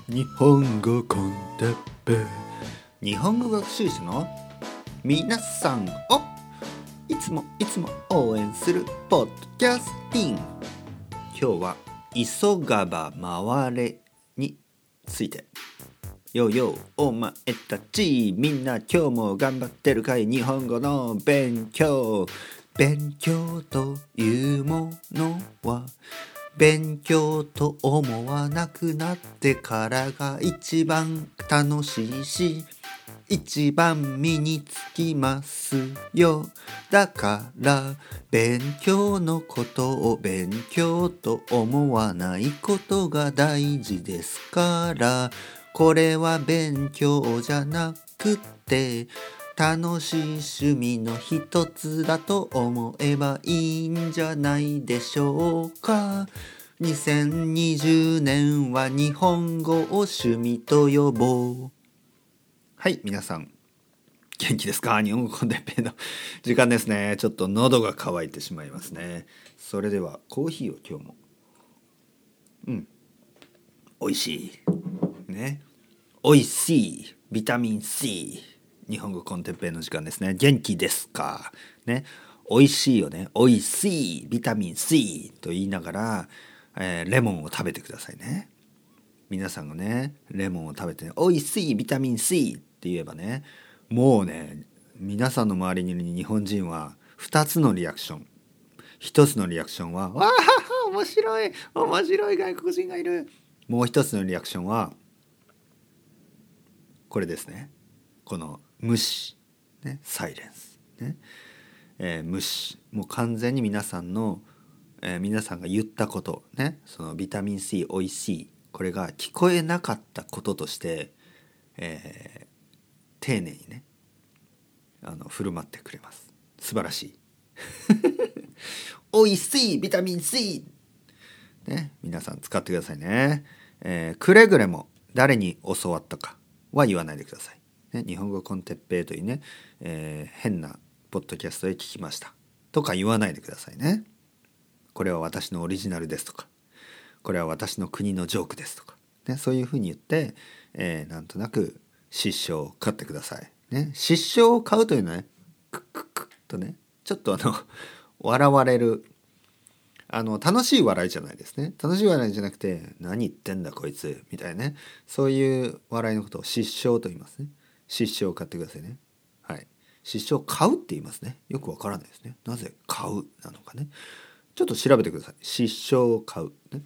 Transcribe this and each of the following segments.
日本語コンテッペ、日本語学習者の皆さんをいつも応援するポッドキャスティング。今日は急がば回れについて。よよお前たち、みんな今日も頑張ってるかい？日本語の勉強というものは勉強と思わなくなってからが一番楽しいし、一番身につきますよ。だから勉強のことを勉強と思わないことが大事ですから、これは勉強じゃなくて楽しい趣味の一つだと思えばいいんじゃないでしょうか。2020年は日本語を趣味と呼ぼう。はい、皆さん元気ですか？日本語コンテッペイの時間ですね。ちょっと喉が渇いてしまいますね。それではコーヒーを今日も美味しいね、美味しいビタミン C、 日本語コンテッペイの時間ですね。元気ですかね。美味しいよね。美味しいビタミン C と言いながら、レモンを食べてくださいね。皆さんがねレモンを食べて、美味しいビタミン C って言えばね、もうね皆さんの周りにいる日本人は2つのリアクション。1つのリアクションはわあ面白い外国人がいる。もう1つのリアクションはこれですね。この無視、ね、サイレンス、ね、無視。もう完全に皆さんの、皆さんが言ったことね、そのビタミン C おいしい、これが聞こえなかったこととして、丁寧にね振る舞ってくれます。素晴らしいおいしいビタミン C、ね、皆さん使ってくださいね。くれぐれも誰に教わったかは言わないでください、ね、日本語コンテッペイというね、変なポッドキャストで聞きましたとか言わないでくださいね。これは私のオリジナルですとか、これは私の国のジョークですとか、ね、そういうふうに言って、なんとなく失笑を買ってください、ね、失笑を買うというのはね、クックックッとね、ちょっと笑われる楽しい笑いじゃないですね。楽しい笑いじゃなくて、何言ってんだこいつみたいなね、そういう笑いのことを失笑と言いますね。失笑を買ってくださいね。はい。失笑を買うって言いますね。よくわからないですね。なぜ買うなのかね。ちょっと調べてください。失笑を買う、ね。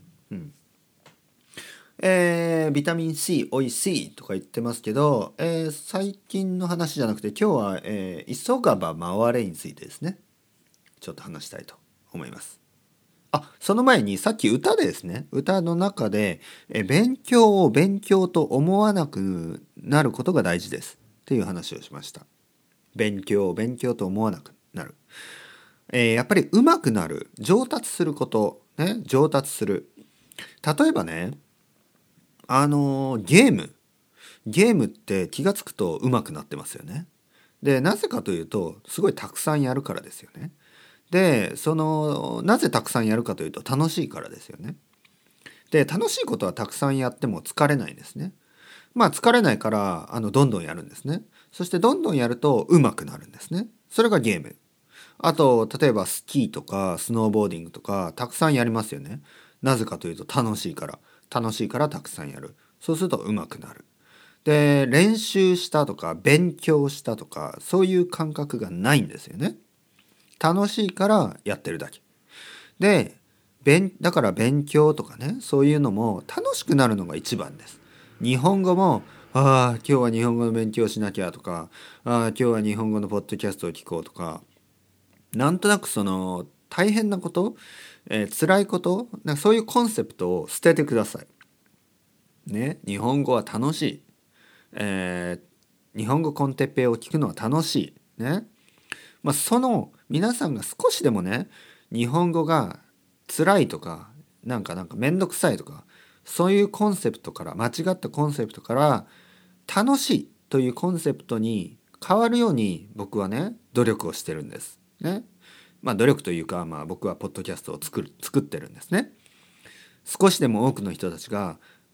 ビタミン C おいしいとか言ってますけど、最近の話じゃなくて今日は、急がば回れについてですね、ちょっと話したいと思います。その前にさっき歌でですね、歌の中で勉強を勉強と思わなくなることが大事ですっていう話をしました。勉強を勉強と思わなくなる、やっぱり上手くなる、上達することね、上達する。例えばね、ゲームって気がつくと上手くなってますよね。でなぜかというとすごいたくさんやるからですよね。でなぜたくさんやるかというと楽しいからですよね。で楽しいことはたくさんやっても疲れないんですね。疲れないからどんどんやるんですね。そしてどんどんやると上手くなるんですね。それがゲーム。あと例えばスキーとかスノーボーディングとかたくさんやりますよね。なぜかというと楽しいからたくさんやる。そうすると上手くなる。で練習したとか勉強したとかそういう感覚がないんですよね。楽しいからやってるだけで、だから勉強とかね、そういうのも楽しくなるのが一番です。日本語も今日は日本語の勉強しなきゃとか、今日は日本語のポッドキャストを聞こうとか、なんとなくその大変なこと、辛いこと、なんかそういうコンセプトを捨ててくださいね。日本語は楽しい、日本語コンテッペイを聞くのは楽しいね。その皆さんが少しでもね、日本語が辛いとかなんかめんどくさいとか、そういうコンセプトから、間違ったコンセプトから楽しいというコンセプトに変わるように僕はね努力をしてるんですね。努力というか、僕はポッドキャストを作ってるんですね。少しでも多くの人たちが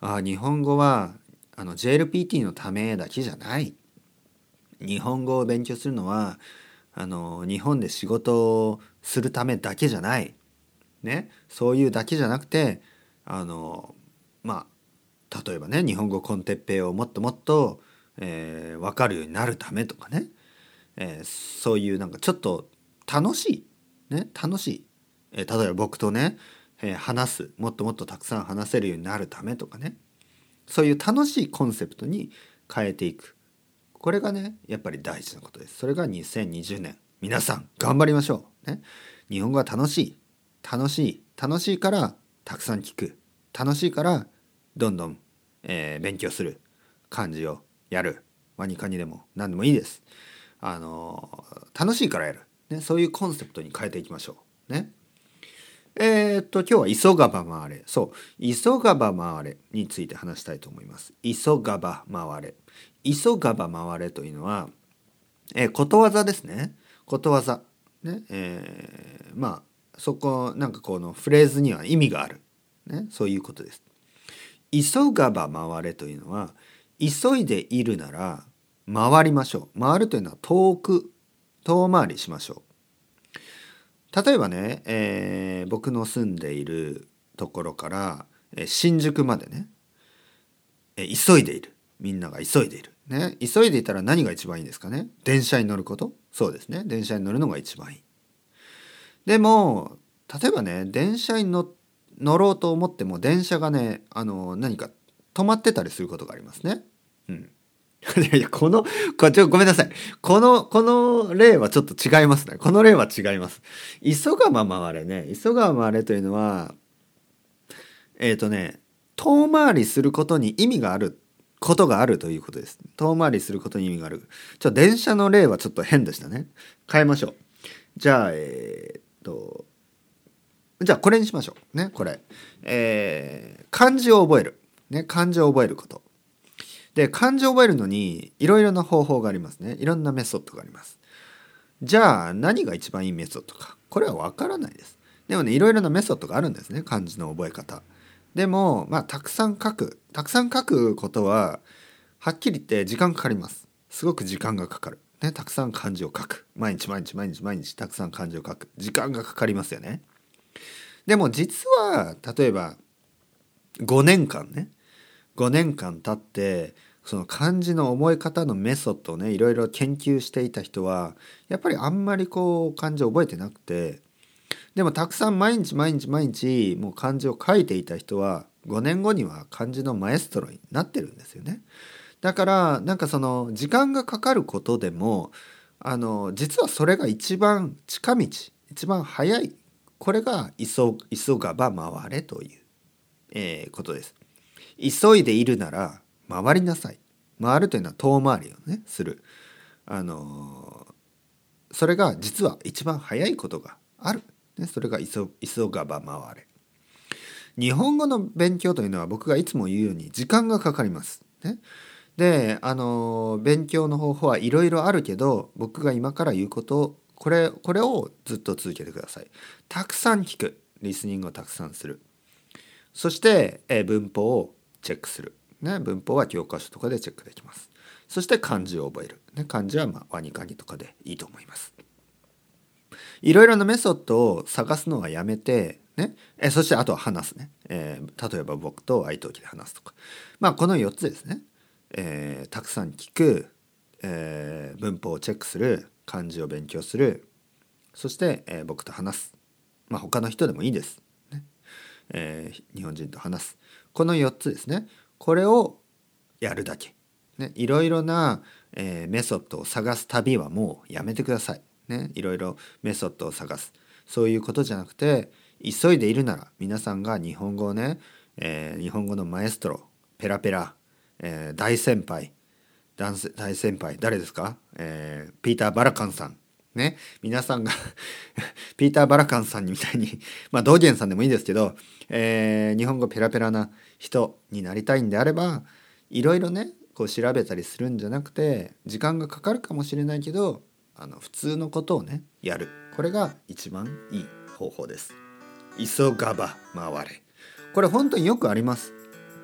日本語はJLPT のためだけじゃない。日本語を勉強するのは日本で仕事をするためだけじゃない。ね、そういうだけじゃなくてまあ例えばね、日本語コンテッペイをもっともっと、分かるようになるためとかね、そういうなんかちょっと楽しい、ね、楽しい、例えば僕とね、話す、もっともっとたくさん話せるようになるためとかね、そういう楽しいコンセプトに変えていく。これがねやっぱり大事なことです。それが2020年、皆さん頑張りましょう、ね、日本語は楽しい、楽しい、楽しいからたくさん聞く、楽しいからどんどん、勉強する、漢字をやる、ワニカニでも何でもいいです。楽しいからやる、ね、そういうコンセプトに変えていきましょうね。今日は急がば回れ。そう、急がば回れについて話したいと思います。急がば回れ。急がば回れというのは、ことわざですね。ことわざ。ね。まあ、そこ、なんかこのフレーズには意味がある。ね。そういうことです。急がば回れというのは、急いでいるなら回りましょう。回るというのは遠回りしましょう。例えばね、僕の住んでいるところから、新宿までね、急いでいる。みんなが急いでいる。ね、急いでいたら何が一番いいですかね。電車に乗ること。そうですね。電車に乗るのが一番いい。でも、例えばね、電車に乗ろうと思っても、電車がね、何か止まってたりすることがありますね。うん。いやいや、ごめんなさい。この例はちょっと違いますね。この例は違います。急がば回れね。急がば回れというのは、遠回りすることに意味があることがあるということです。遠回りすることに意味がある。電車の例はちょっと変でしたね。変えましょう。じゃあ、じゃあこれにしましょう。ね、これ。漢字を覚える。ね、漢字を覚えること。で、漢字を覚えるのにいろいろな方法がありますね。いろんなメソッドがあります。じゃあ何が一番いいメソッドか。これはわからないです。でもね、いろいろなメソッドがあるんですね。漢字の覚え方。でも、まあ、たくさん書く。たくさん書くことは、はっきり言って時間かかります。すごく時間がかかる。ね、たくさん漢字を書く。毎日毎日毎日毎日たくさん漢字を書く。時間がかかりますよね。でも実は、例えば、5年間ね。5年間経って、その漢字の覚え方のメソッドをね、いろいろ研究していた人は、やっぱりあんまりこう、漢字を覚えてなくて、でもたくさん毎日毎日毎日もう漢字を書いていた人は5年後には漢字のマエストロになってるんですよね。だからなんかその時間がかかることでも実はそれが一番近道、一番早い、これが急がば回れという、ことです。急いでいるなら回りなさい。回るというのは遠回りをねする。それが実は一番早いことがある。ね、それが急がば回れ。日本語の勉強というのは僕がいつも言うように時間がかかります。ね、で、勉強の方法はいろいろあるけど、僕が今から言うことを、これをずっと続けてください。たくさん聞く。リスニングをたくさんする。そして、文法をチェックする。ね、文法は教科書とかでチェックできます。そして漢字を覚える。ね、漢字はワニカニとかでいいと思います。いろいろなメソッドを探すのはやめて、ね、そしてあとは話すね、例えば僕と愛登記で話すとか、まあこの4つですね、たくさん聞く、文法をチェックする、漢字を勉強する、そして、僕と話す、まあ他の人でもいいです、ね、日本人と話す、この4つですね。これをやるだけ、ね、いろいろな、メソッドを探す旅はもうやめてください。ね、いろいろメソッドを探す、そういうことじゃなくて、急いでいるなら皆さんが日本語をね、日本語のマエストロ、ペラペラ、大先輩誰ですか、ピーター・バラカンさんね、皆さんがピーター・バラカンさんみたいにまあ道元さんでもいいですけど、日本語ペラペラな人になりたいんであれば、いろいろねこう調べたりするんじゃなくて、時間がかかるかもしれないけど普通のことをねやる、これが一番いい方法です。急がば回れ、これ本当によくあります。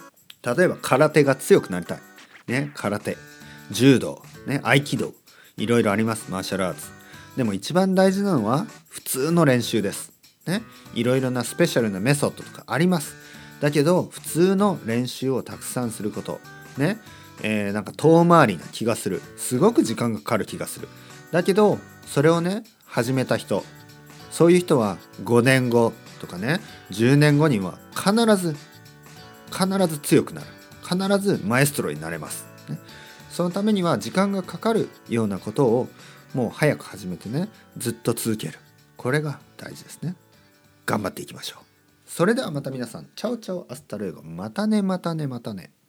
例えば空手が強くなりたい、ね、空手、柔道、ね、合気道、いろいろあります、マーシャルアーツ。でも一番大事なのは普通の練習です、ね、いろいろなスペシャルなメソッドとかあります。だけど普通の練習をたくさんすることね、なんか遠回りな気がする、すごく時間がかかる気がする。だけどそれをね始めた人、そういう人は5年後とかね10年後には必ず強くなる、必ずマエストロになれます、ね、そのためには時間がかかるようなことをもう早く始めてね、ずっと続ける、これが大事ですね。頑張っていきましょう。それではまた皆さん、チャオチャオアスタルエゴ、またねまたねまたね。